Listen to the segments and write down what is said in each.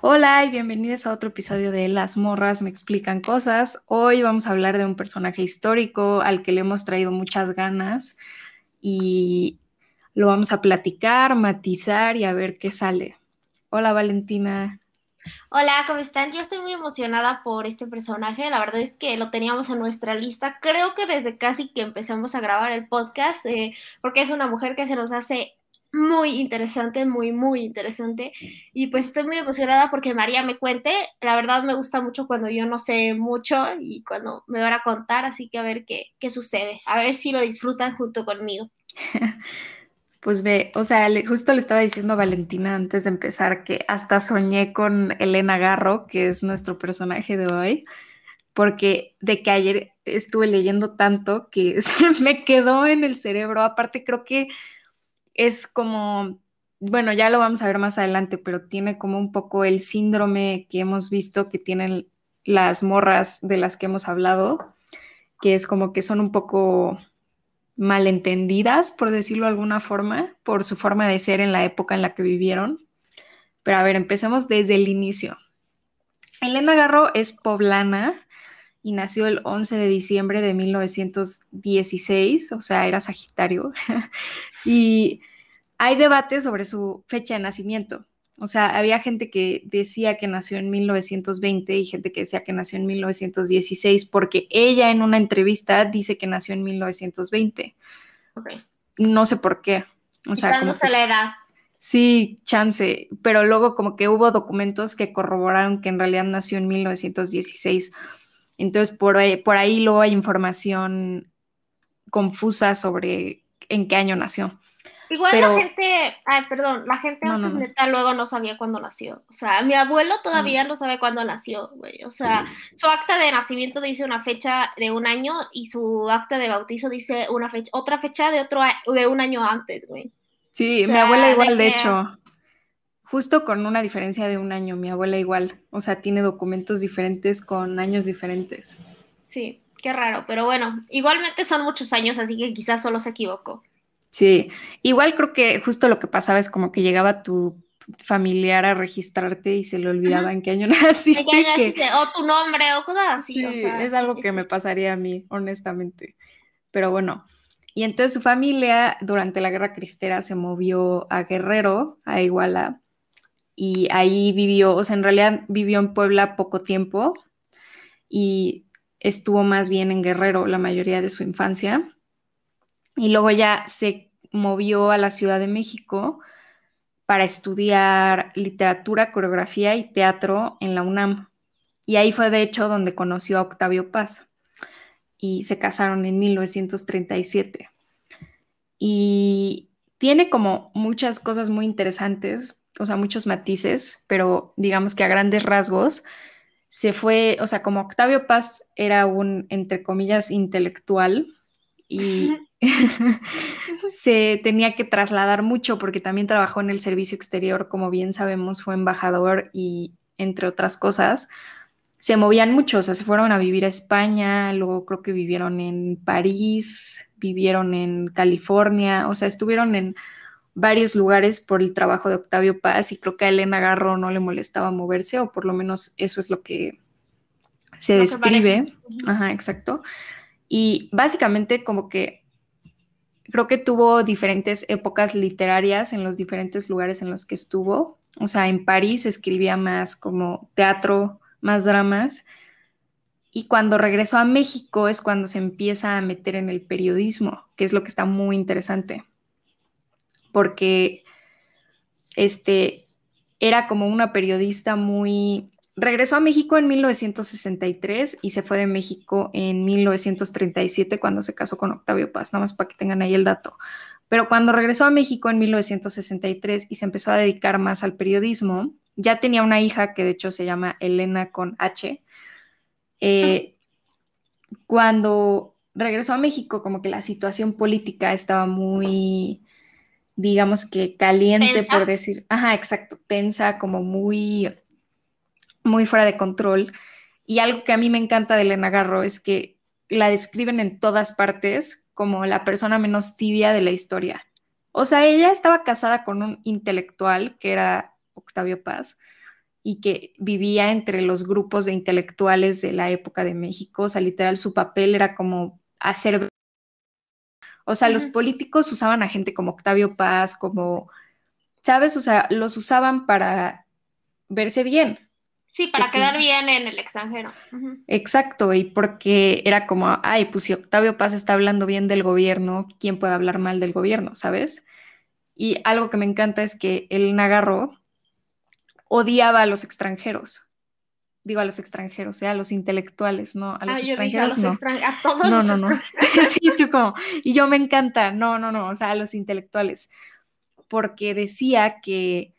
Hola y bienvenidos a otro episodio de Las morras me explican cosas. Hoy vamos a hablar de un personaje histórico al que le hemos traído muchas ganas y lo vamos a platicar, matizar y a ver qué sale. Hola Valentina. Hola, ¿cómo están? Yo estoy muy emocionada por este personaje. La verdad es que lo teníamos en nuestra lista. Creo que desde casi que empezamos a grabar el podcast, porque es una mujer que se nos hace muy interesante, muy interesante. Y pues estoy muy emocionada porque María me cuente. La verdad me gusta mucho cuando yo no sé mucho y cuando me van a contar, así que a ver qué sucede. A ver si lo disfrutan junto conmigo. Pues ve, o sea, justo le estaba diciendo a Valentina antes de empezar que hasta soñé con Elena Garro, que es nuestro personaje de hoy, porque de que ayer estuve leyendo tanto que se me quedó en el cerebro. Aparte, creo que es como, bueno, ya lo vamos a ver más adelante, pero tiene como un poco el síndrome que hemos visto que tienen las morras de las que hemos hablado, que es como que son un poco malentendidas, por decirlo de alguna forma, por su forma de ser en la época en la que vivieron. Pero a ver, empecemos desde el inicio. Elena Garro es poblana y nació el 11 de diciembre de 1916, o sea, era Sagitario, y hay debate sobre su fecha de nacimiento. O sea, había gente que decía que nació en 1920 y gente que decía que nació en 1916 porque ella en una entrevista dice que nació en 1920. Ok. No sé por qué. O sea, como que Quitándose la edad. sí, chance, pero luego como que hubo documentos que corroboraron que en realidad nació en 1916. Entonces, por ahí luego hay información confusa sobre en qué año nació. Igual la Pero, gente, ay, perdón, la gente no, no, antes no. neta luego no sabía cuándo nació. O sea, mi abuelo Mm. todavía no sabe cuándo nació, güey. O sea, su acta de nacimiento dice una fecha de un año y su acta de bautizo dice una fecha, otra fecha de de un año antes, güey. O Sí, mi abuela sea, de igual, de que, hecho, justo con una diferencia de un año, mi abuela igual, o sea, tiene documentos diferentes con años diferentes. sí, qué raro. Pero bueno, igualmente son muchos años, así que quizás solo se equivocó. Sí, igual creo que justo lo que pasaba es como que llegaba tu familiar a registrarte y se le Ujú. olvidaba en qué año ¿En qué naciste, año que naciste? O tu nombre, o cosas así, o sí, sea, es sí, algo sí, que me sí. pasaría a mí, honestamente. Pero bueno, y entonces su familia durante la Guerra Cristera se movió a Guerrero, a Iguala, y ahí vivió, o sea, en realidad vivió en Puebla poco tiempo y estuvo más bien en Guerrero la mayoría de su infancia. Y luego ya se movió a la Ciudad de México para estudiar literatura, coreografía y teatro en la UNAM. Y ahí fue de hecho donde conoció a Octavio Paz y se casaron en 1937. Y tiene como muchas cosas muy interesantes, o sea, muchos matices, pero digamos que a grandes rasgos se fue, o sea, como Octavio Paz era un, entre comillas, intelectual y se tenía que trasladar mucho porque también trabajó en el servicio exterior, como bien sabemos, fue embajador y entre otras cosas, se movían mucho, o sea, se fueron a vivir a España, luego creo que vivieron en París, vivieron en California, o sea, estuvieron en varios lugares por el trabajo de Octavio Paz y creo que a Elena Garro no le molestaba moverse, o por lo menos eso es lo que se Lo que parece. describe. Ajá, exacto. Y básicamente como que creo que tuvo diferentes épocas literarias en los diferentes lugares en los que estuvo. O sea, en París escribía más como teatro, más dramas. Y cuando regresó a México es cuando se empieza a meter en el periodismo, que es lo que está muy interesante, porque este era como una periodista muy... Regresó a México en 1963 y se fue de México en 1937 cuando se casó con Octavio Paz, nada más para que tengan ahí el dato. Pero cuando regresó a México en 1963 y se empezó a dedicar más al periodismo, ya tenía una hija que de hecho se llama Elena con H. Eh, Cuando regresó a México, como que la situación política estaba muy, digamos que caliente, Tensa. por decir, ajá, exacto, tensa, como muy, muy fuera de control. Y algo que a mí me encanta de Elena Garro es que la describen en todas partes como la persona menos tibia de la historia. O sea, ella estaba casada con un intelectual que era Octavio Paz y que vivía entre los grupos de intelectuales de la época de México. O sea, literal, su papel era como hacer... O sea, los Ujú. políticos usaban a gente como Octavio Paz, como, ¿sabes? O sea, los usaban para verse bien, Sí, que para quedar pues, bien en el extranjero. Ujú. exacto, y porque era como, ay, pues si Octavio Paz está hablando bien del gobierno, ¿quién puede hablar mal del gobierno, ¿sabes? Y algo que me encanta es que el Nagarro odiaba a los extranjeros. Digo a los extranjeros, a los intelectuales, no, a Ah, los yo dije a extranjeros los no, extranjeros, a todos no, los no, no. extranjeros. Sí, tú como, y yo me encanta, no, no, no, o sea, a los intelectuales, porque decía que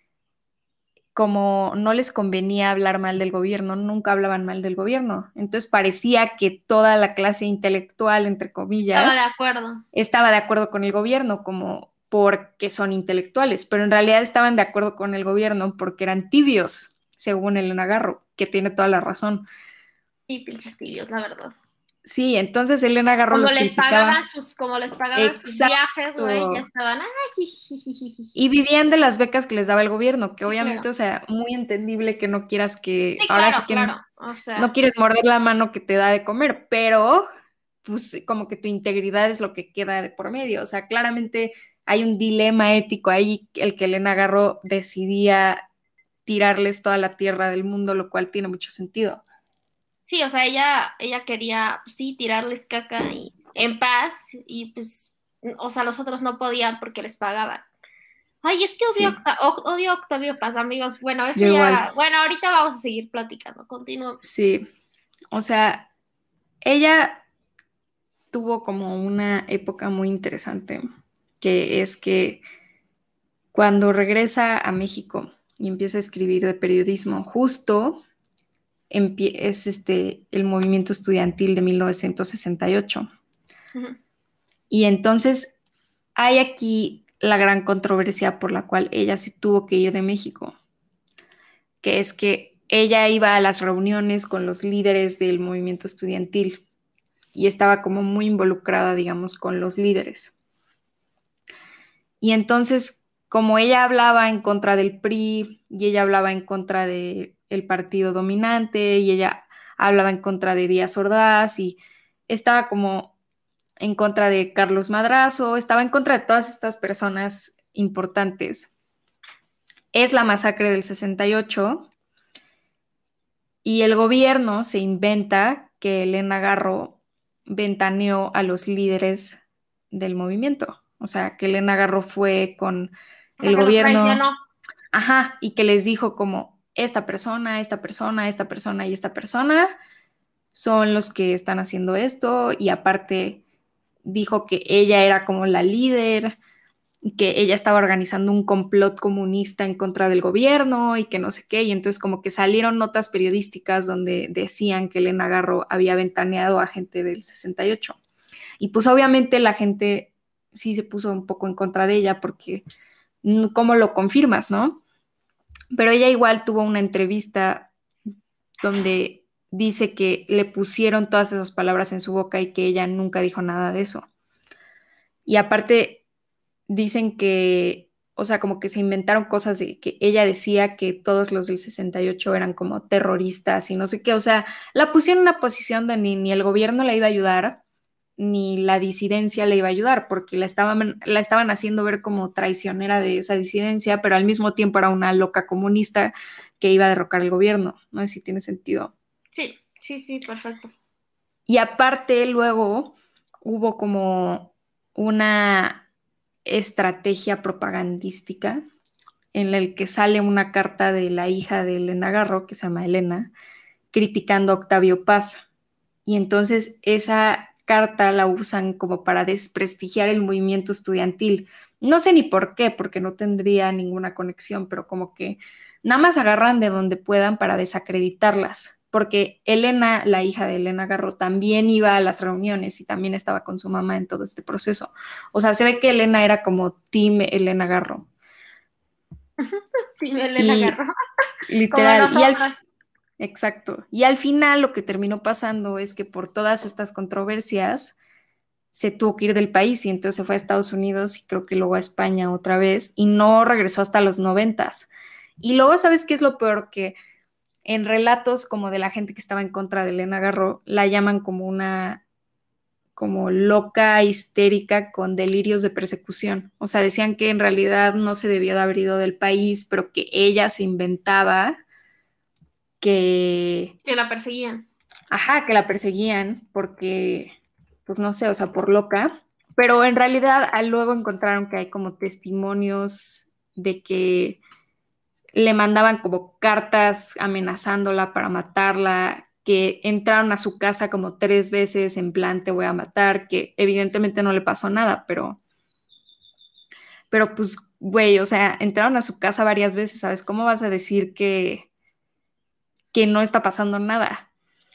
como no les convenía hablar mal del gobierno, nunca hablaban mal del gobierno. Entonces parecía que toda la clase intelectual, entre Estaba de comillas, acuerdo. estaba de acuerdo con el gobierno, como porque son intelectuales, pero en realidad estaban de acuerdo con el gobierno porque eran tibios, según Elena Garro, que tiene toda la razón. Sí, pinches tibios, la verdad. Sí, entonces Elena Garro los criticaba. Como les pagaban sus viajes, güey, ya Exacto. estaban, ay, jijijijiji. Y vivían de las becas que les daba el gobierno, que Sí, obviamente, claro. o sea, muy entendible que no quieras que, Sí, ahora sí claro, que claro. O no sea, quieres morder la mano que te da de comer, pero pues como que tu integridad es lo que queda de por medio. O sea, claramente hay un dilema ético ahí, el que Elena Garro decidía tirarles toda la tierra del mundo, lo cual tiene mucho sentido. sí, o sea, ella quería, pues, sí, tirarles caca y en paz, y pues, o sea, los otros no podían porque les pagaban. Ay, es que Sí, odio a Octavio Paz, amigos. Bueno, eso yo igual. ya, bueno, ahorita vamos a seguir platicando. Continuamos. Sí, o sea, ella tuvo como una época muy interesante, que es que cuando regresa a México y empieza a escribir de periodismo, justo es el movimiento estudiantil de 1968. Ujú. Y entonces hay aquí la gran controversia por la cual ella se tuvo que ir de México, que es que ella iba a las reuniones con los líderes del movimiento estudiantil y estaba como muy involucrada, digamos, con los líderes. Y entonces, como ella hablaba en contra del PRI y ella hablaba en contra del partido dominante y ella hablaba en contra de Díaz Ordaz y estaba como en contra de Carlos Madrazo, estaba en contra de todas estas personas importantes. Es la masacre del 68 y el gobierno se inventa que Elena Garro ventaneó a los líderes del movimiento. O sea, que Elena Garro fue con O sea, el que los gobierno, traicionó. ajá, y que les dijo como esta persona, esta persona, esta persona y esta persona son los que están haciendo esto y aparte dijo que ella era como la líder, que ella estaba organizando un complot comunista en contra del gobierno y que no sé qué, y entonces como que salieron notas periodísticas donde decían que Elena Garro había ventaneado a gente del 68. Y pues obviamente la gente sí se puso un poco en contra de ella porque ¿cómo lo confirmas, no? Pero ella igual tuvo una entrevista donde dice que le pusieron todas esas palabras en su boca y que ella nunca dijo nada de eso. Y aparte dicen que, o sea, como que se inventaron cosas de que ella decía que todos los del 68 eran como terroristas y no sé qué, o sea, la pusieron en una posición de ni el gobierno la iba a ayudar, ni la disidencia le iba a ayudar, porque la estaban haciendo ver como traicionera de esa disidencia, pero al mismo tiempo era una loca comunista que iba a derrocar el gobierno. No sé si tiene sentido. Sí, sí, sí, perfecto. Y aparte, luego hubo como una estrategia propagandística en la que sale una carta de la hija de Elena Garro, que se llama Elena, criticando a Octavio Paz. Y entonces esa carta la usan como para desprestigiar el movimiento estudiantil. No sé ni por qué, porque no tendría ninguna conexión, pero como que nada más agarran de donde puedan para desacreditarlas. Porque Elena, la hija de Elena Garro, también iba a las reuniones y también estaba con su mamá en todo este proceso. O sea, se ve que Elena era como Team Elena Garro. Sí, me la Y agarró. Como literal, nosotras. exacto. Y al final lo que terminó pasando es que por todas estas controversias se tuvo que ir del país y entonces se fue a Estados Unidos y creo que luego a España otra vez y no regresó hasta los 90. Y luego, ¿sabes qué es lo peor? Que en relatos como de la gente que estaba en contra de Elena Garro, la llaman como una como loca, histérica, con delirios de persecución. O sea, decían que en realidad no se debió de haber ido del país, pero que ella se inventaba que, Que la perseguían. ajá, que la perseguían porque, pues no sé, o sea, por loca. Pero en realidad luego encontraron que hay como testimonios de que le mandaban como cartas amenazándola para matarla, que entraron a su casa como 3 veces en plan te voy a matar, que evidentemente no le pasó nada, pero pues, güey, o sea, entraron a su casa varias veces, ¿sabes? ¿Cómo vas a decir que no está pasando nada?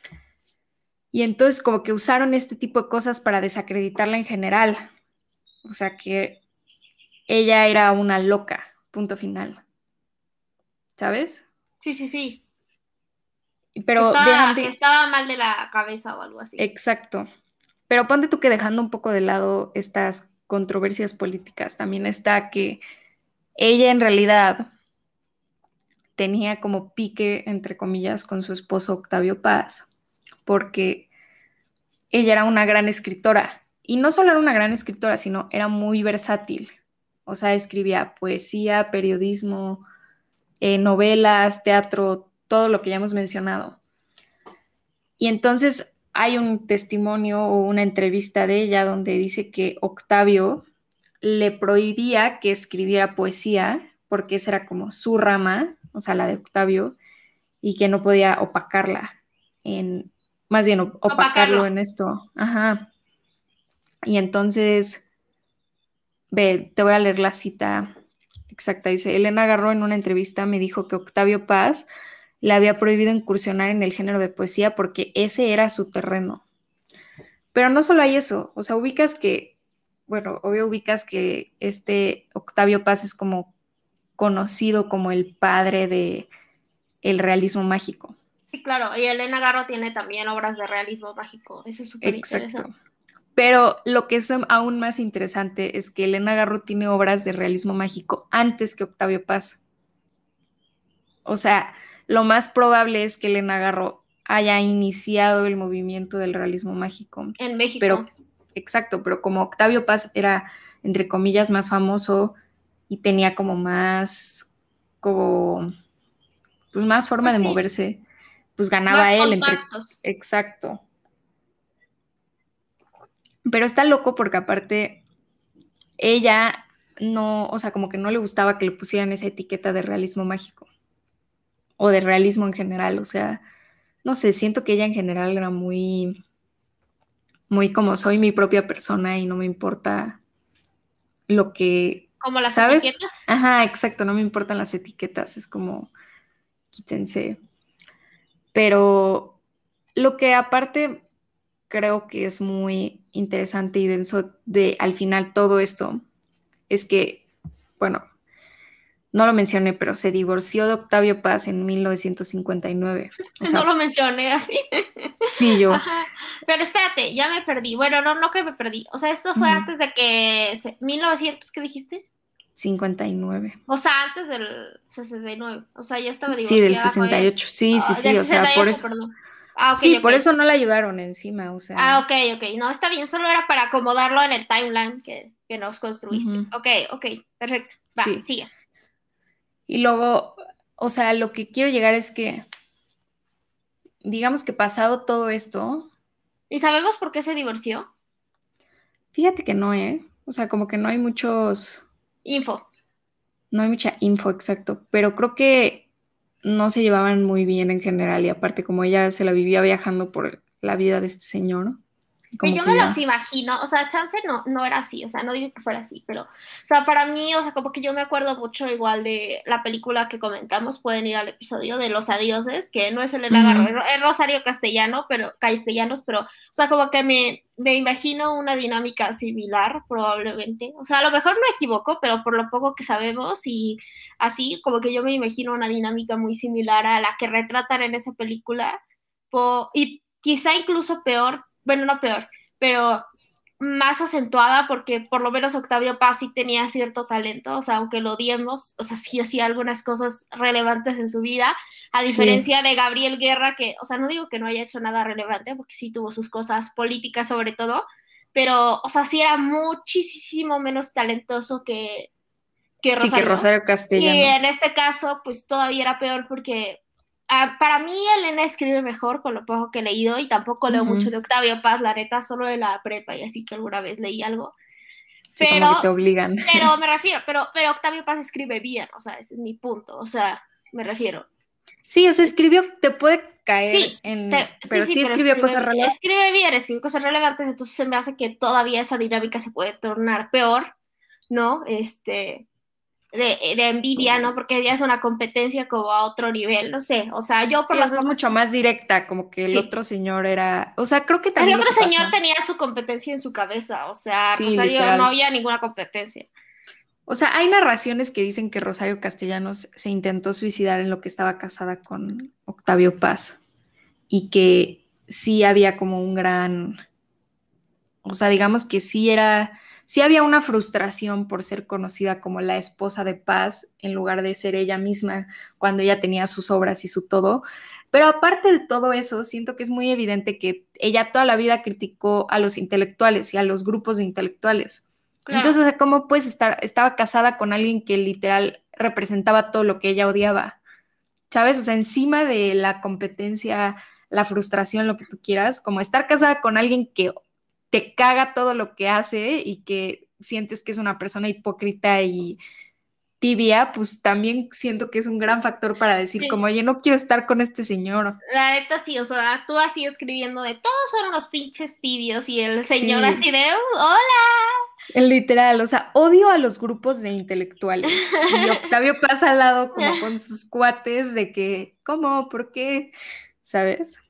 Y entonces como que usaron este tipo de cosas para desacreditarla en general, o sea, que ella era una loca, punto final, ¿sabes? Sí, sí, sí. Pero dejan Que de... estaba mal de la cabeza o algo así. Exacto. Pero ponte tú que dejando un poco de lado estas controversias políticas, también está que ella en realidad tenía como pique, entre comillas, con su esposo Octavio Paz, porque ella era una gran escritora. Y no solo era una gran escritora, sino era muy versátil. O sea, escribía poesía, periodismo, novelas, teatro, todo lo que ya hemos mencionado. Y entonces hay un testimonio o una entrevista de ella donde dice que Octavio le prohibía que escribiera poesía porque esa era como su rama, o sea, la de Octavio, y que no podía opacarla, en, más bien Opacarlo. opacarlo en esto. Ajá. Y entonces, ve, te voy a leer la cita exacta. Dice, Elena Garro en una entrevista me dijo que Octavio Paz le había prohibido incursionar en el género de poesía porque ese era su terreno. Pero no solo hay eso, o sea, ubicas que, bueno, obvio ubicas que este Octavio Paz es como conocido como el padre de el realismo mágico. Sí, claro. Y Elena Garro tiene también obras de realismo mágico. Eso es súper Exacto. interesante. Pero lo que es aún más interesante es que Elena Garro tiene obras de realismo mágico antes que Octavio Paz. O sea, lo más probable es que Elena Garro haya iniciado el movimiento del realismo mágico. En México. Pero, exacto, pero como Octavio Paz era, entre comillas, más famoso y tenía como más, como, pues más forma Pues de sí, moverse, pues ganaba más él entre, contactos. exacto. Pero está loco porque aparte ella no, o sea, como que no le gustaba que le pusieran esa etiqueta de realismo mágico o de realismo en general, o sea, no sé, siento que ella en general era muy, muy como soy mi propia persona y no me importa lo que, Como las ¿sabes? etiquetas. Ajá, exacto, no me importan las etiquetas, es como quítense. Pero lo que aparte creo que es muy interesante y denso de al final todo esto es que, bueno, no lo mencioné, pero se divorció de Octavio Paz en 1959. O No sea, lo mencioné así. sí, yo. Ajá. Pero espérate, ya me perdí. Bueno, no, no que me perdí. O sea, esto fue Ujú. antes de que... 1900, ¿qué dijiste? 59. O sea, antes del 69. O sea, ya estaba Sí, del divorciada con él. 68. Sí, sí, Del sí, o sea, por 68, eso. perdón. Ah, ok, Sí, ok. por eso no la ayudaron encima, o Ah, sea. ok, ok. No, está bien. Solo era para acomodarlo en el timeline que nos construiste. Ujú, Ok, ok. Perfecto. Va, sí. sigue. Y luego, o sea, lo que quiero llegar es que, digamos que pasado todo esto, ¿Y sabemos por qué se divorció? fíjate que no, ¿eh? O sea, como que no hay muchos, Info. no hay mucha info exacto, pero creo que no se llevaban muy bien en general y aparte como ella se la vivía viajando por la vida de este señor, Que como yo que me los ya. imagino, o sea, chance no, no era así, o sea, no digo que fuera así, pero, o sea, para mí, o sea, como que yo me acuerdo mucho igual de la película que comentamos, pueden ir al episodio de Los Adioses, que no es el Agarro, Ujú. es Rosario Castellano, pero, Castellanos, pero, o sea, como que me imagino una dinámica similar, probablemente, o sea, a lo mejor me equivoco, pero por lo poco que sabemos y así, como que yo me imagino una dinámica muy similar a la que retratan en esa película, y quizá incluso peor, bueno, no peor, pero más acentuada porque por lo menos Octavio Paz sí tenía cierto talento, o sea, aunque lo odiemos, o sea, sí hacía algunas cosas relevantes en su vida, a Sí, diferencia de Gabriel Guerra, que, o sea, no digo que no haya hecho nada relevante, porque sí tuvo sus cosas políticas sobre todo, pero, o sea, sí era muchísimo menos talentoso que sí, que Rosario. Rosario Y en Castellanos. este caso, pues todavía era peor porque para mí Elena escribe mejor con lo poco que he leído y tampoco leo Ujú. mucho de Octavio Paz, la neta, solo de la prepa y así que alguna vez leí algo. Sí, Pero, como que te obligan. pero me refiero, pero Octavio Paz escribe bien, o sea, ese es mi punto, o sea, me refiero. Sí, o sea, escribió, te puede Sí, caer en, sí, pero sí, sí pero escribió cosas escribe relevantes. bien, escribe cosas relevantes, entonces se me hace que todavía esa dinámica se puede tornar peor, ¿no? De envidia, ¿no? Porque ya es una competencia como a otro nivel, no sé, o sea, yo por Sí, o las sea, es pocas mucho cosas, más directa, como que el sí. otro señor era, o sea, creo que El también lo otro que señor pasó, tenía su competencia en su cabeza, o sea, sí, Rosario no literal. había ninguna competencia. O sea, hay narraciones que dicen que Rosario Castellanos se intentó suicidar en lo que estaba casada con Octavio Paz y que sí había como un gran, o sea, digamos que sí había una frustración por ser conocida como la esposa de Paz en lugar de ser ella misma cuando ella tenía sus obras y su todo. Pero aparte de todo eso, siento que es muy evidente que ella toda la vida criticó a los intelectuales y a los grupos de intelectuales. Claro. Entonces, o sea, ¿cómo puedes estar, estaba casada con alguien que literal representaba todo lo que ella odiaba? ¿Sabes? O sea, encima de la competencia, la frustración, lo que tú quieras, como estar casada con alguien que te caga todo lo que hace y que sientes que es una persona hipócrita y tibia, pues también siento que es un gran factor para decir como, Sí. oye, no quiero estar con este señor. La neta sí, o sea, tú así escribiendo de todos son unos pinches tibios y el señor así Sí, de hola. literal, o sea, odio a los grupos de intelectuales. Y Octavio pasa al lado como con sus cuates de que, ¿cómo? ¿Por qué? ¿Sabes?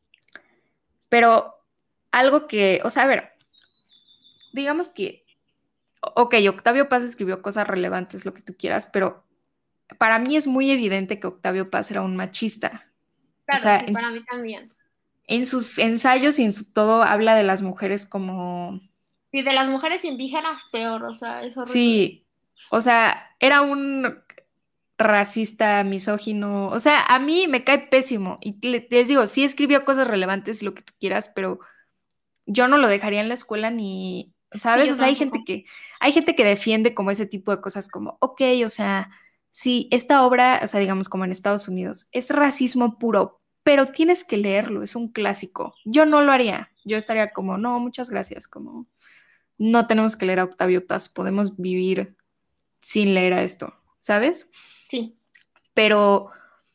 Pero algo que, o sea, a ver, digamos que, ok, Octavio Paz escribió cosas relevantes, lo que tú quieras, pero para mí es muy evidente que Octavio Paz era un machista. O Claro, sea, sí, para mí también. en sus ensayos y en su todo habla de las mujeres como, Y de las mujeres indígenas, peor, o sea, es horrible. sí, o sea, era un racista, misógino, o sea, a mí me cae pésimo y les digo, sí escribió cosas relevantes, lo que tú quieras, pero yo no lo dejaría en la escuela ni, Sí, ¿sabes? yo O sea, tampoco. hay gente que defiende como ese tipo de cosas como, ok, o sea, sí, esta obra, o sea, digamos como en Estados Unidos, es racismo puro, pero tienes que leerlo, es un clásico. Yo no lo haría, yo estaría como, no, muchas gracias, como, no tenemos que leer a Octavio Paz, podemos vivir sin leer a esto, ¿sabes? Sí, Pero,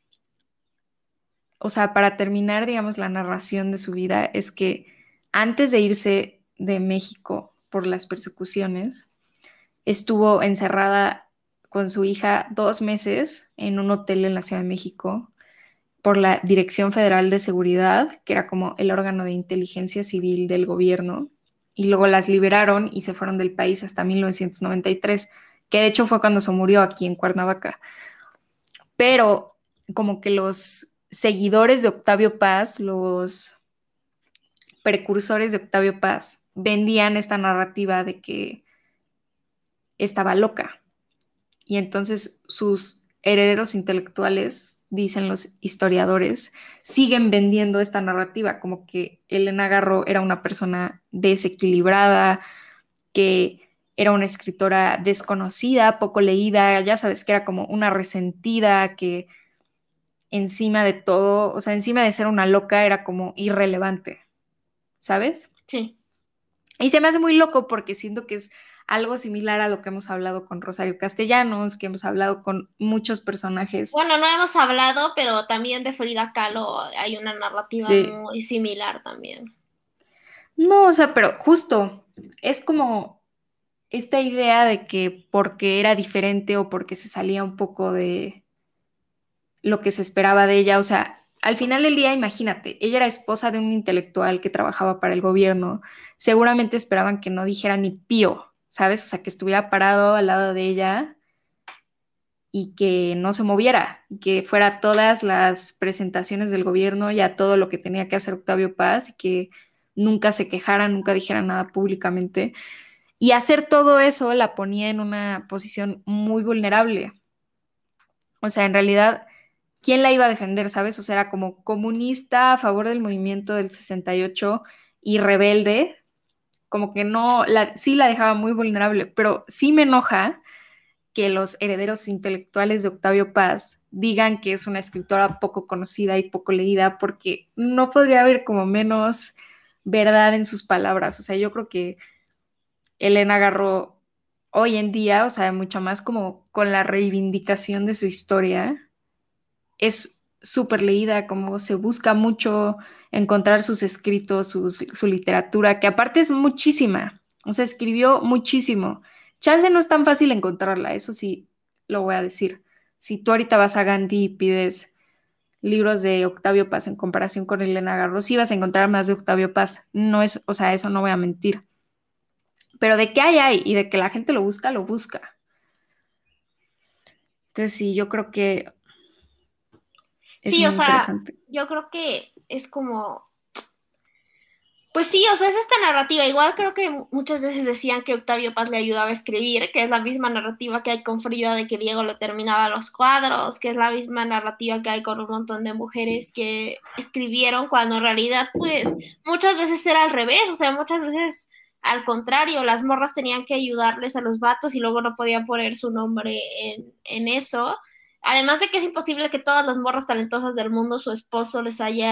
o sea, para terminar, digamos, la narración de su vida es que antes de irse de México por las persecuciones, estuvo encerrada con su hija 2 meses en un hotel en la Ciudad de México por la Dirección Federal de Seguridad, que era como el órgano de inteligencia civil del gobierno, y luego las liberaron y se fueron del país hasta 1993, que de hecho fue cuando se murió aquí en Cuernavaca. Pero como que los seguidores de Octavio Paz, los precursores de Octavio Paz, vendían esta narrativa de que estaba loca. Y entonces sus herederos intelectuales, dicen los historiadores, siguen vendiendo esta narrativa, como que Elena Garro era una persona desequilibrada, que era una escritora desconocida, poco leída, ya sabes que era como una resentida, que encima de todo, o sea, encima de ser una loca, era como irrelevante, ¿sabes? sí. Y se me hace muy loco porque siento que es algo similar a lo que hemos hablado con Rosario Castellanos, que hemos hablado con muchos personajes. Bueno, no hemos hablado, pero también de Frida Kahlo hay una narrativa Sí. muy similar también. No, o sea, pero justo es como esta idea de que porque era diferente o porque se salía un poco de lo que se esperaba de ella, o sea, al final del día, imagínate, ella era esposa de un intelectual que trabajaba para el gobierno, seguramente esperaban que no dijera ni pío, ¿sabes? O sea, que estuviera parado al lado de ella y que no se moviera, que fuera a todas las presentaciones del gobierno y a todo lo que tenía que hacer Octavio Paz y que nunca se quejara, nunca dijera nada públicamente. Y hacer todo eso la ponía en una posición muy vulnerable. O sea, en realidad, ¿quién la iba a defender, sabes? O sea, era como comunista a favor del movimiento del 68 y rebelde, como que no, sí la dejaba muy vulnerable, pero sí me enoja que los herederos intelectuales de Octavio Paz digan que es una escritora poco conocida y poco leída, porque no podría haber como menos verdad en sus palabras. O sea, yo creo que Elena Garro hoy en día, o sea, mucho más como con la reivindicación de su historia, es súper leída, como se busca mucho encontrar sus escritos, su literatura, que aparte es muchísima, o sea, escribió muchísimo. Chance no es tan fácil encontrarla, eso sí lo voy a decir. Si tú ahorita vas a Gandhi y pides libros de Octavio Paz en comparación con Elena Garro, sí vas a encontrar más de Octavio Paz. No es, o sea, eso no voy a mentir. Pero de que hay y de que la gente lo busca, lo busca. Entonces sí, yo creo que es Sí, o muy sea, interesante. yo creo que es como, pues sí, o sea, es esta narrativa. Igual creo que muchas veces decían que Octavio Paz le ayudaba a escribir, que es la misma narrativa que hay con Frida de que Diego le terminaba los cuadros, que es la misma narrativa que hay con un montón de mujeres que escribieron cuando en realidad, pues, muchas veces era al revés, o sea, muchas veces al contrario, las morras tenían que ayudarles a los vatos y luego no podían poner su nombre en eso. Además de que es imposible que todas las morras talentosas del mundo, su esposo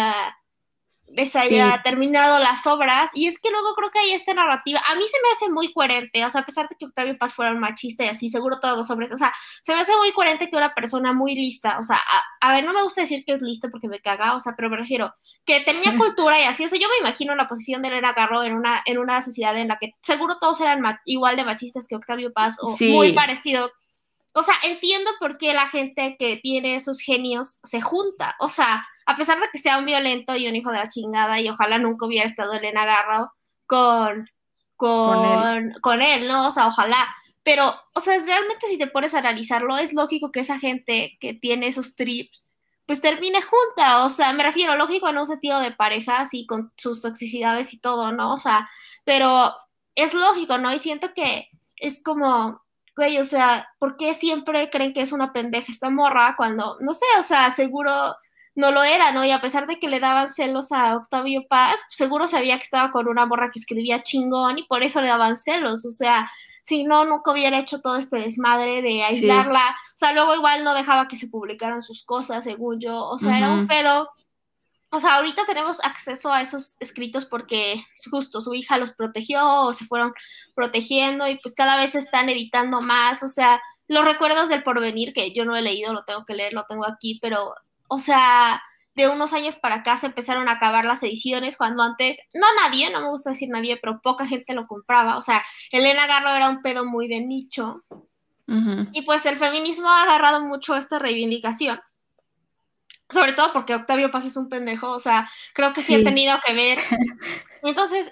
les haya Sí, terminado las obras, y es que luego creo que hay esta narrativa, a mí se me hace muy coherente, o sea, a pesar de que Octavio Paz fuera un machista y así, seguro todos los hombres, o sea, se me hace muy coherente que una persona muy lista, o sea, a ver, no me gusta decir que es listo porque me caga, o sea, pero me refiero, que tenía cultura y así, o sea, yo me imagino la posición de Elena Garro en una sociedad en la que seguro todos eran igual de machistas que Octavio Paz o muy sí, parecido. O sea, entiendo por qué la gente que tiene esos genios se junta. O sea, a pesar de que sea un violento y un hijo de la chingada, y ojalá nunca hubiera estado Elena Garro con, con él. con él, ¿no? O sea, ojalá. Pero, o sea, realmente si te pones a analizarlo, es lógico que esa gente que tiene esos trips, pues termine junta. O sea, me refiero, lógico, en un sentido de pareja, así con sus toxicidades y todo, ¿no? O sea, pero es lógico, ¿no? Y siento que es como güey, o sea, ¿por qué siempre creen que es una pendeja esta morra cuando, no sé, o sea, seguro no lo era, ¿no? Y a pesar de que le daban celos a Octavio Paz, seguro sabía que estaba con una morra que escribía chingón y por eso le daban celos, o sea, si no, nunca hubiera hecho todo este desmadre de Sí. aislarla, o sea, luego igual no dejaba que se publicaran sus cosas, según yo, o sea, era un Ujú. pedo. O sea, ahorita tenemos acceso a esos escritos porque justo su hija los protegió o se fueron protegiendo y pues cada vez se están editando más. O sea, los recuerdos del porvenir, que yo no he leído, lo tengo que leer, lo tengo aquí, pero, o sea, de unos años para acá se empezaron a acabar las ediciones cuando antes, no nadie, no me gusta decir nadie, pero poca gente lo compraba. O sea, Elena Garro era un pedo muy de nicho Ujú. y pues el feminismo ha agarrado mucho esta reivindicación sobre todo porque Octavio Paz es un pendejo, o sea, creo que sí ha Sí, tenido que ver. Entonces,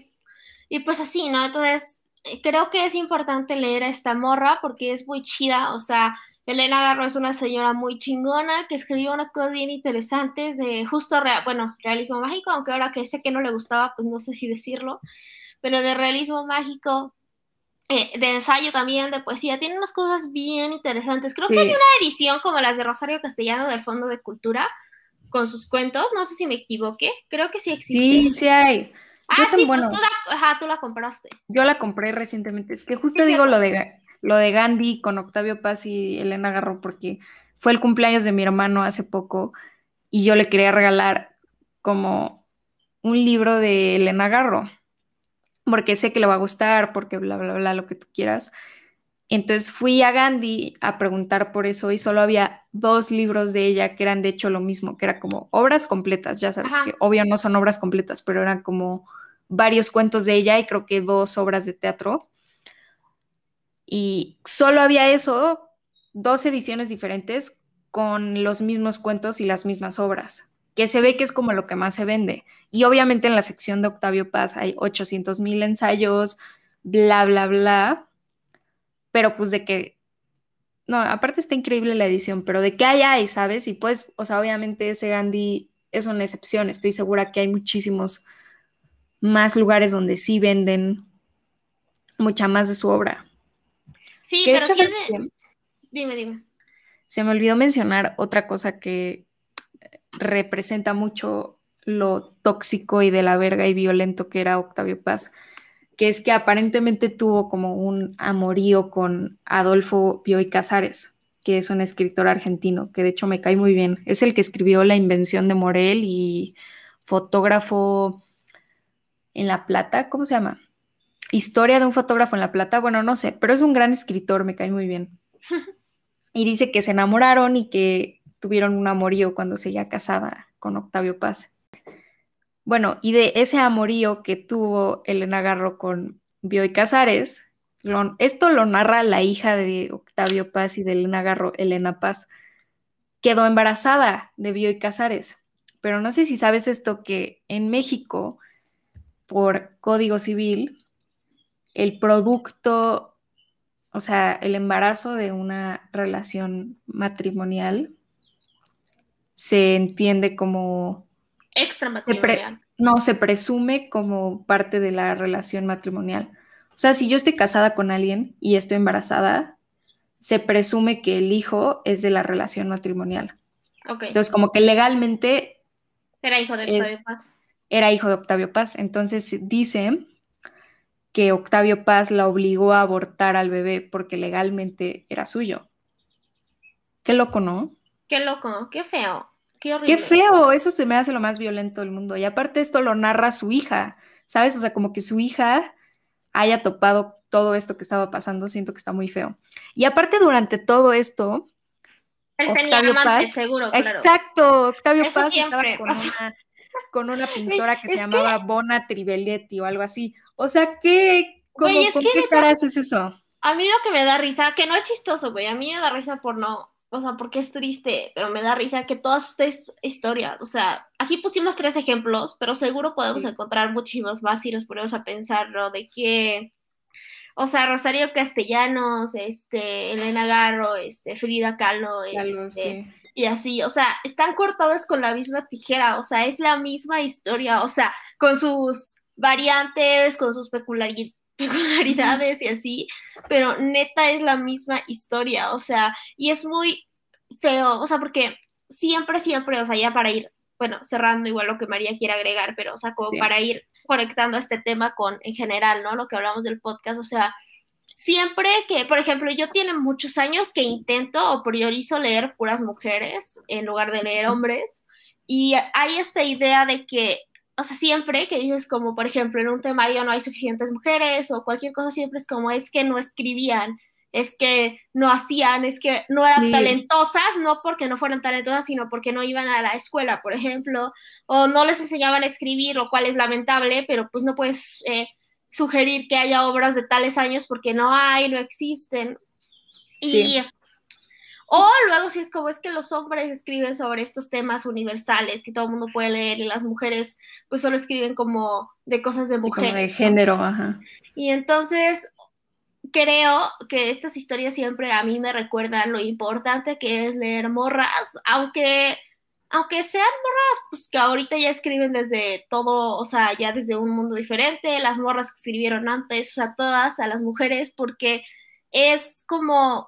y pues así, ¿no? Entonces, creo que es importante leer a esta morra porque es muy chida, o sea, Elena Garro es una señora muy chingona que escribió unas cosas bien interesantes de justo, bueno, realismo mágico, aunque ahora que sé que no le gustaba, pues no sé si decirlo, pero de realismo mágico, de ensayo también, de poesía, tiene unas cosas bien interesantes. Creo que hay sí, una edición como las de Rosario Castellano del Fondo de Cultura con sus cuentos, no sé si me equivoqué, creo que sí existe. sí, sí hay. Ah, Yo sí, también, pues bueno, ajá, tú la compraste. yo la compré recientemente. Es que Sí, justo es digo cierto. lo de Gandhi con Octavio Paz y Elena Garro porque fue el cumpleaños de mi hermano hace poco y yo le quería regalar como un libro de Elena Garro porque sé que le va a gustar, porque bla, bla, bla, lo que tú quieras. Entonces fui a Gandhi a preguntar por eso y solo había dos libros de ella que eran de hecho lo mismo, que era como obras completas, ya sabes Ajá. que obvio no son obras completas, pero eran como varios cuentos de ella y creo que dos obras de teatro. Y solo había eso, dos ediciones diferentes con los mismos cuentos y las mismas obras, que se ve que es como lo que más se vende. Y obviamente en la sección de Octavio Paz hay 800,000 ensayos, bla, bla, bla, pero pues de que no, aparte está increíble la edición, pero de qué hay, ¿sabes? Y pues, o sea, obviamente ese Gandhi es una excepción. Estoy segura que hay muchísimos más lugares donde sí venden mucha más de su obra. Sí, Que de pero hecho, sí es ¿sabes de... qué? Dime. Se me olvidó mencionar otra cosa que representa mucho lo tóxico y de la verga y violento que era Octavio Paz, que es que aparentemente tuvo como un amorío con Adolfo Bioy Casares, que es un escritor argentino, que de hecho me cae muy bien. Es el que escribió La invención de Morel y fotógrafo en La Plata, ¿cómo se llama? Historia de un fotógrafo en La Plata, bueno, no sé, pero es un gran escritor, me cae muy bien. Y dice que se enamoraron y que tuvieron un amorío cuando seguía casada con Octavio Paz. Bueno, y de ese amorío que tuvo Elena Garro con Bioy Casares, esto lo narra la hija de Octavio Paz y de Elena Garro, Elena Paz, quedó embarazada de Bioy Casares. Pero no sé si sabes esto, que en México, por Código Civil, el producto, o sea, el embarazo de una relación matrimonial se entiende como, Extramatrimonial. no, se presume como parte de la relación matrimonial. O sea, si yo estoy casada con alguien y estoy embarazada, se presume que el hijo es de la relación matrimonial. Ok. Entonces, como que legalmente Era hijo de Octavio es, Paz. era hijo de Octavio Paz. Entonces dice que Octavio Paz la obligó a abortar al bebé porque legalmente era suyo. Qué loco, ¿no? Qué loco, qué feo, qué Qué horrible. feo, eso se me hace lo más violento del mundo. Y aparte esto lo narra su hija, ¿sabes? O sea, como que su hija haya topado todo esto que estaba pasando, siento que está muy feo. Y aparte durante todo esto, Él tenía Octavio amantes, Paz, seguro, claro. exacto, Octavio Eso Paz estaba siempre. O sea, con una pintora que se es que, llamaba Bona Trivelletti o algo así. O sea, ¿qué, güey, como, es con que qué neta, cara haces eso? a mí lo que me da risa, que no es chistoso, güey, a mí me da risa por no, o sea, porque es triste, pero me da risa que todas estas historias, o sea, aquí pusimos 3 ejemplos, pero seguro podemos Sí, encontrar muchísimos más si nos ponemos a pensar, ¿no? De que, o sea, Rosario Castellanos, Elena Garro, Frida Kahlo, algo, sí. y así, o sea, están cortados con la misma tijera, o sea, es la misma historia, o sea, con sus variantes, con sus Ujú. peculiaridades y así, pero neta es la misma historia, o sea, y es muy feo, o sea, porque siempre, o sea, ya para ir, bueno, cerrando igual lo que María quiere agregar, pero, o sea, como Sí. para ir conectando este tema con, en general, ¿no? Lo que hablamos del podcast, o sea, siempre que, por ejemplo, yo tiene muchos años que intento o priorizo leer puras mujeres en lugar de leer hombres, y hay esta idea de que, o sea, siempre que dices como, por ejemplo, en un temario no hay suficientes mujeres o cualquier cosa, siempre es como, es que no escribían, es que no hacían, es que no eran Sí, talentosas, no porque no fueran talentosas, sino porque no iban a la escuela, por ejemplo, o no les enseñaban a escribir, lo cual es lamentable, pero pues no puedes sugerir que haya obras de tales años porque no hay, no existen. sí. Y, o luego si es como es que los hombres escriben sobre estos temas universales que todo el mundo puede leer y las mujeres pues solo escriben como de cosas de Sí, como de mujeres, ¿no? género, ajá. Y entonces creo que estas historias siempre a mí me recuerdan lo importante que es leer morras, aunque sean morras, pues que ahorita ya escriben desde todo, o sea, ya desde un mundo diferente, las morras que escribieron antes, o sea, todas a las mujeres, porque es como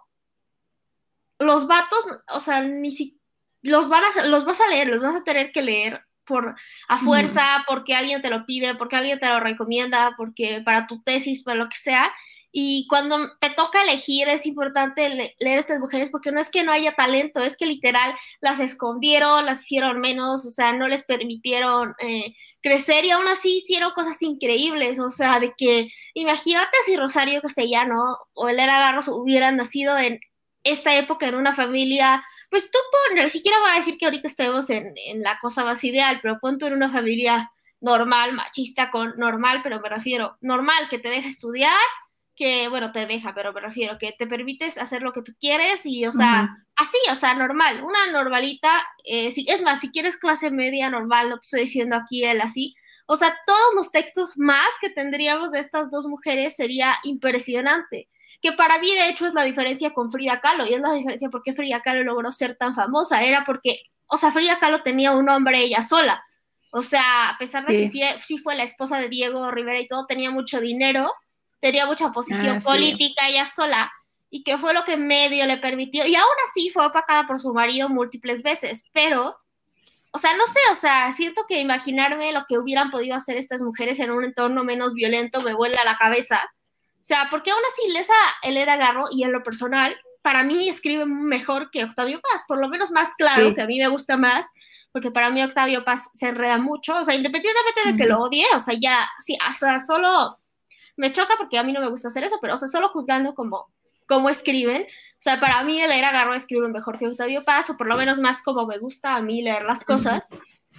los vatos, o sea, ni si los vas a leer, los vas a tener que leer por a Ujú. fuerza, porque alguien te lo pide, porque alguien te lo recomienda, porque para tu tesis, para lo que sea. Y cuando te toca elegir, es importante leer estas mujeres porque no es que no haya talento, es que literal las escondieron, las hicieron menos, o sea, no les permitieron crecer y aún así hicieron cosas increíbles, o sea, de que imagínate si Rosario Castellano o Elena Garros hubieran nacido en esta época en una familia, pues tú pon, ni siquiera voy a decir que ahorita estemos en la cosa más ideal, pero pon tú en una familia normal, machista con normal, pero me refiero normal, que te deja estudiar, que bueno, te deja, pero me refiero que te permites hacer lo que tú quieres y, o sea, Ujú. así, o sea, normal, una normalita, si, es más, si quieres clase media normal, no te estoy diciendo aquí el así, o sea, todos los textos más que tendríamos de estas dos mujeres sería impresionante que para mí de hecho es la diferencia con Frida Kahlo y es la diferencia por qué Frida Kahlo logró ser tan famosa, era porque, o sea, Frida Kahlo tenía un hombre ella sola, O sea, a pesar de que Sí. sí fue la esposa de Diego Rivera y todo, tenía mucho dinero, tenía mucha posición Ah, sí. política ella sola, y que fue lo que medio le permitió, y aún así fue opacada por su marido múltiples veces, pero, o sea, no sé, o sea, siento que imaginarme lo que hubieran podido hacer estas mujeres en un entorno menos violento me vuela la cabeza. O sea, porque aún así Elena Garro, y en lo personal, para mí escribe mejor que Octavio Paz, por lo menos más claro, que a Sí. mí me gusta más, porque para mí Octavio Paz se enreda mucho, o sea, independientemente de que Ujú. lo odie, o sea, ya, sí, o sea, solo me choca porque a mí no me gusta hacer eso, pero, o sea, solo juzgando como escriben, o sea, para mí Elena Garro escribe mejor que Octavio Paz, o por lo menos más como me gusta a mí leer las Ujú. cosas,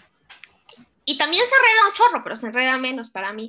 y también se enreda un chorro, pero se enreda menos para mí.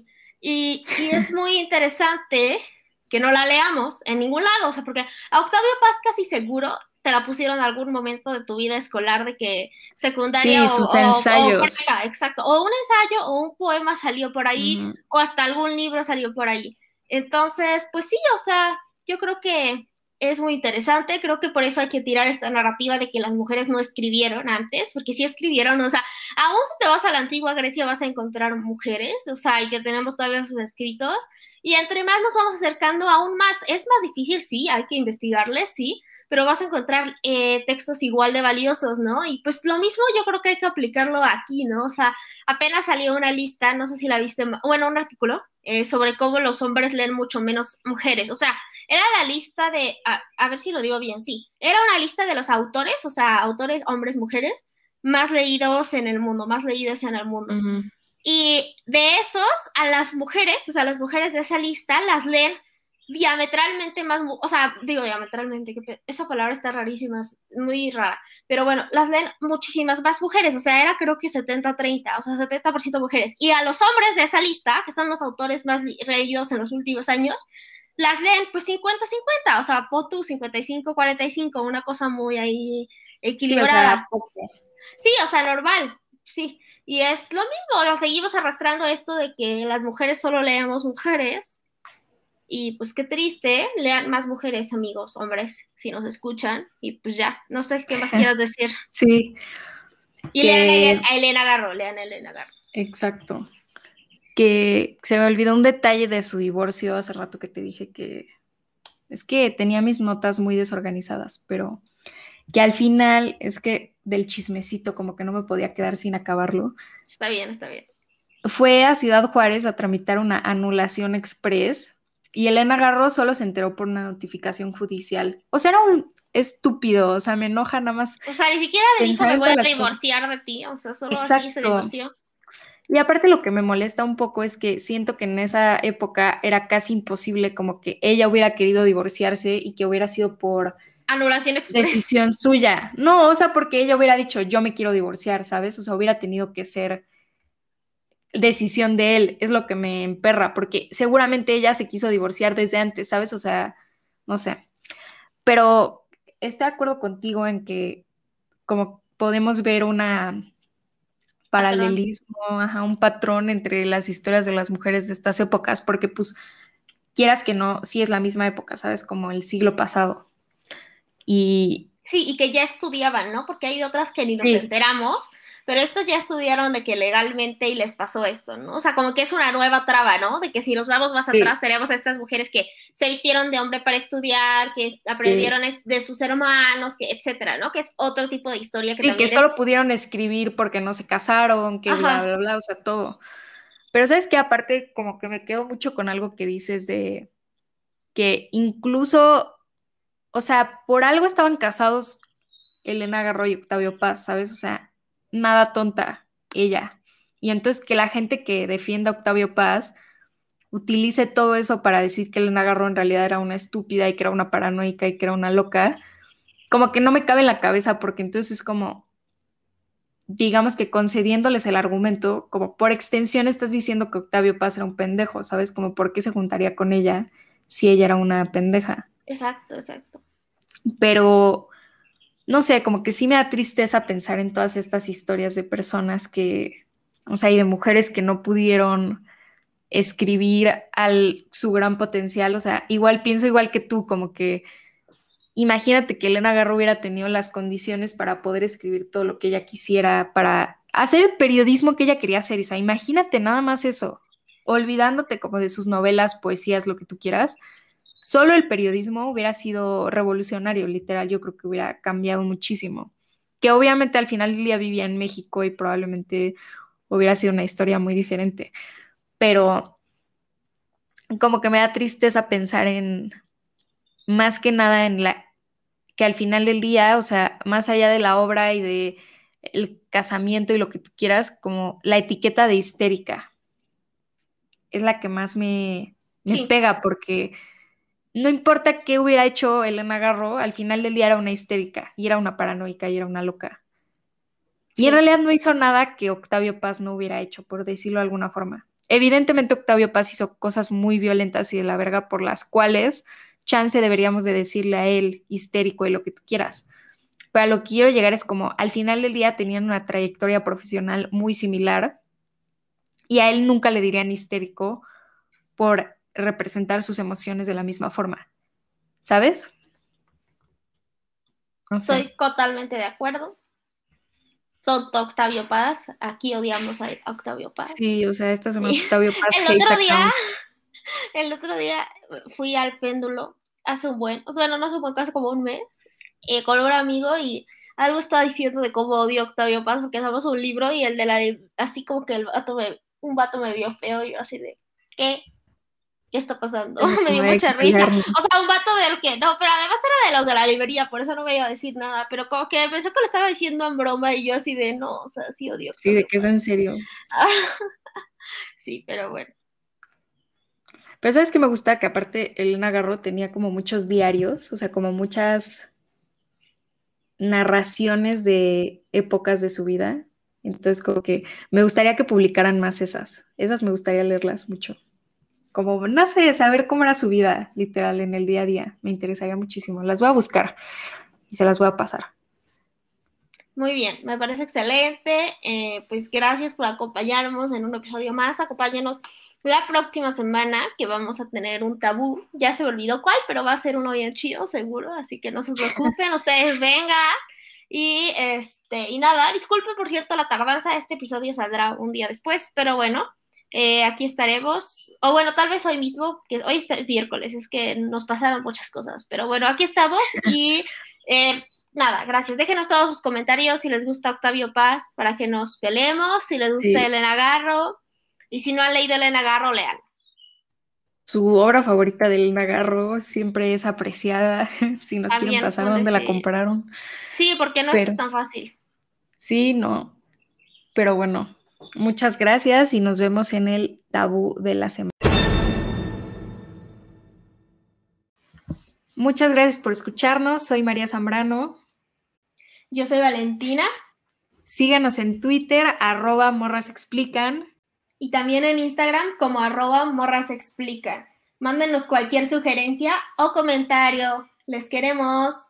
Y es muy interesante que no la leamos en ningún lado, o sea, porque a Octavio Paz casi seguro te la pusieron en algún momento de tu vida escolar, de que secundaria Sí, sus o ensayos. prepa, exacto, o un ensayo o un poema salió por ahí, Ujú. o hasta algún libro salió por ahí. Entonces, pues sí, o sea, yo creo que es muy interesante, creo que por eso hay que tirar esta narrativa de que las mujeres no escribieron antes, porque sí escribieron, o sea, aún si te vas a la antigua Grecia vas a encontrar mujeres, o sea, y que tenemos todavía sus escritos, y entre más nos vamos acercando aún más, es más difícil, sí, hay que investigarles, sí, pero vas a encontrar textos igual de valiosos, ¿no? Y pues lo mismo yo creo que hay que aplicarlo aquí, ¿no? O sea, apenas salió una lista, no sé si la viste, bueno, un artículo sobre cómo los hombres leen mucho menos mujeres, o sea, era la lista de, a ver si lo digo bien, sí, era una lista de los autores, o sea, autores, hombres, mujeres, más leídos en el mundo, más leídos en el mundo. Ujú. Y de esos, a las mujeres, o sea, las mujeres de esa lista las leen diametralmente más, o sea, digo diametralmente, que esa palabra está rarísima, es muy rara, pero bueno, las leen muchísimas más mujeres, o sea, era creo que 70-30, o sea, 70% mujeres. Y a los hombres de esa lista, que son los autores más leídos en los últimos años, las leen pues 50-50, o sea, POTU 55-45, una cosa muy ahí Sí, o sea, equilibrada. poco. Sí, o sea, normal, sí. Y es lo mismo, lo seguimos arrastrando esto de que las mujeres solo leemos mujeres. Y pues qué triste, lean más mujeres, amigos, hombres, si nos escuchan. Y pues ya, no sé qué más quieras decir. Sí, Y lean que, A Elena Garro, lean a Elena Garro. exacto. Que se me olvidó un detalle de su divorcio hace rato que te dije que es que tenía mis notas muy desorganizadas, pero que al final es que del chismecito como que no me podía quedar sin acabarlo. Está bien, está bien. Fue a Ciudad Juárez a tramitar una anulación express y Elena Garro solo se enteró por una notificación judicial. O sea, era un estúpido, o sea, me enoja nada más O sea, ni siquiera le dijo pensar me en voy todas a las cosas. divorciar de ti, o sea, solo así se Exacto. divorció. Y aparte lo que me molesta un poco es que siento que en esa época era casi imposible como que ella hubiera querido divorciarse y que hubiera sido por Anulación express. decisión suya. No, o sea, porque ella hubiera dicho yo me quiero divorciar, ¿sabes? O sea, hubiera tenido que ser decisión de él, es lo que me emperra, porque seguramente ella se quiso divorciar desde antes, ¿sabes? O sea, no sé. Pero estoy de acuerdo contigo en que como podemos ver una Patrón. paralelismo, ajá, un patrón entre las historias de las mujeres de estas épocas, porque pues quieras que no, sí es la misma época, ¿sabes? Como el siglo pasado. Y Sí, y que ya estudiaban, ¿no? Porque hay otras que ni nos sí, enteramos, pero estas ya estudiaron de que legalmente y les pasó esto, ¿no? O sea, como que es una nueva traba, ¿no? De que si nos vamos más atrás, sí, tenemos a estas mujeres que se vistieron de hombre para estudiar, que sí. aprendieron de sus hermanos, que etcétera, ¿no? Que es otro tipo de historia que Sí, que también es, solo pudieron escribir porque no se casaron, que bla, ajá, bla, bla, o sea, todo. Pero sabes que aparte como que me quedo mucho con algo que dices de que incluso, o sea, por algo estaban casados Elena Garro y Octavio Paz, ¿sabes? O sea, nada tonta ella. Y entonces que la gente que defienda a Octavio Paz utilice todo eso para decir que Elena Garro en realidad era una estúpida y que era una paranoica y que era una loca, como que no me cabe en la cabeza porque entonces es como, digamos que concediéndoles el argumento, como por extensión estás diciendo que Octavio Paz era un pendejo, ¿sabes? Como por qué se juntaría con ella si ella era una pendeja. exacto, exacto. Pero no sé, como que sí me da tristeza pensar en todas estas historias de personas que, o sea, y de mujeres que no pudieron escribir su gran potencial. O sea, igual pienso igual que tú, como que imagínate que Elena Garro hubiera tenido las condiciones para poder escribir todo lo que ella quisiera, para hacer el periodismo que ella quería hacer, Isa. Imagínate nada más eso, olvidándote como de sus novelas, poesías, lo que tú quieras. Solo el periodismo hubiera sido revolucionario, literal, yo creo que hubiera cambiado muchísimo. Que obviamente al final del día vivía en México y probablemente hubiera sido una historia muy diferente. Pero como que me da tristeza pensar en, más que nada en la, que al final del día, o sea, más allá de la obra y de el casamiento y lo que tú quieras, como la etiqueta de histérica es la que más me Sí, pega porque no importa qué hubiera hecho Elena Garro, al final del día era una histérica y era una paranoica y era una loca. Y en sí. realidad no hizo nada que Octavio Paz no hubiera hecho, por decirlo de alguna forma. Evidentemente Octavio Paz hizo cosas muy violentas y de la verga por las cuales chance deberíamos de decirle a él histérico y lo que tú quieras. Pero a lo que quiero llegar es como al final del día tenían una trayectoria profesional muy similar y a él nunca le dirían histérico por representar sus emociones de la misma forma, ¿sabes? No sé. Estoy totalmente de acuerdo. Tonto Octavio Paz. Aquí odiamos a Octavio Paz. Sí, o sea, esta es una Y Octavio Paz el hate otro día, account. el otro día fui al péndulo hace un buen, bueno, no hace un buen, hace como un mes, con un amigo y algo estaba diciendo de cómo odio a Octavio Paz porque hacemos un libro y el de la, así como que un vato me vio feo y yo así de, ¿qué? ¿Qué está pasando? Eso Me como dio hay mucha que risa. O pelearnos. sea, un vato del que no, pero además era de los de la librería, por eso no me iba a decir nada. Pero como que pensó que lo estaba diciendo en broma y yo así de no, o sea, sí odio a Sí, de Octavio que es Paz. en serio. Sí, pero bueno. Pero sabes que me gusta que aparte Elena Garro tenía como muchos diarios, o sea, como muchas narraciones de épocas de su vida. Entonces, como que me gustaría que publicaran más esas. Esas me gustaría leerlas mucho. Como, no sé, saber cómo era su vida, literal, en el día a día. Me interesaría muchísimo. Las voy a buscar y se las voy a pasar. Muy bien, me parece excelente. Pues gracias por acompañarnos en un episodio más. Acompáñenos la próxima semana que vamos a tener un tabú. Ya se me olvidó cuál, pero va a ser uno bien chido, seguro. Así que no se preocupen, ustedes vengan. Y nada, disculpe por cierto la tardanza. Este episodio saldrá un día después, pero bueno, aquí estaremos. O bueno, tal vez hoy mismo, que hoy es miércoles, es que nos pasaron muchas cosas. Pero bueno, aquí estamos y. Eh, Nada, gracias. Déjenos todos sus comentarios si les gusta Octavio Paz para que nos peleemos, si les gusta Sí, Elena Garro y si no han leído Elena Garro, lean. su obra favorita de Elena Garro siempre es apreciada. Si nos quieren También pasar pueden dónde la decir, compraron. sí, porque no está Pero tan fácil. sí, no. Pero bueno, muchas gracias y nos vemos en el tabú de la semana. Muchas gracias por escucharnos. Soy María Zambrano. Yo soy Valentina Síganos en Twitter, @morrasexplican. y también en Instagram como @morrasexplica. Mándenos cualquier sugerencia o comentario. Les queremos.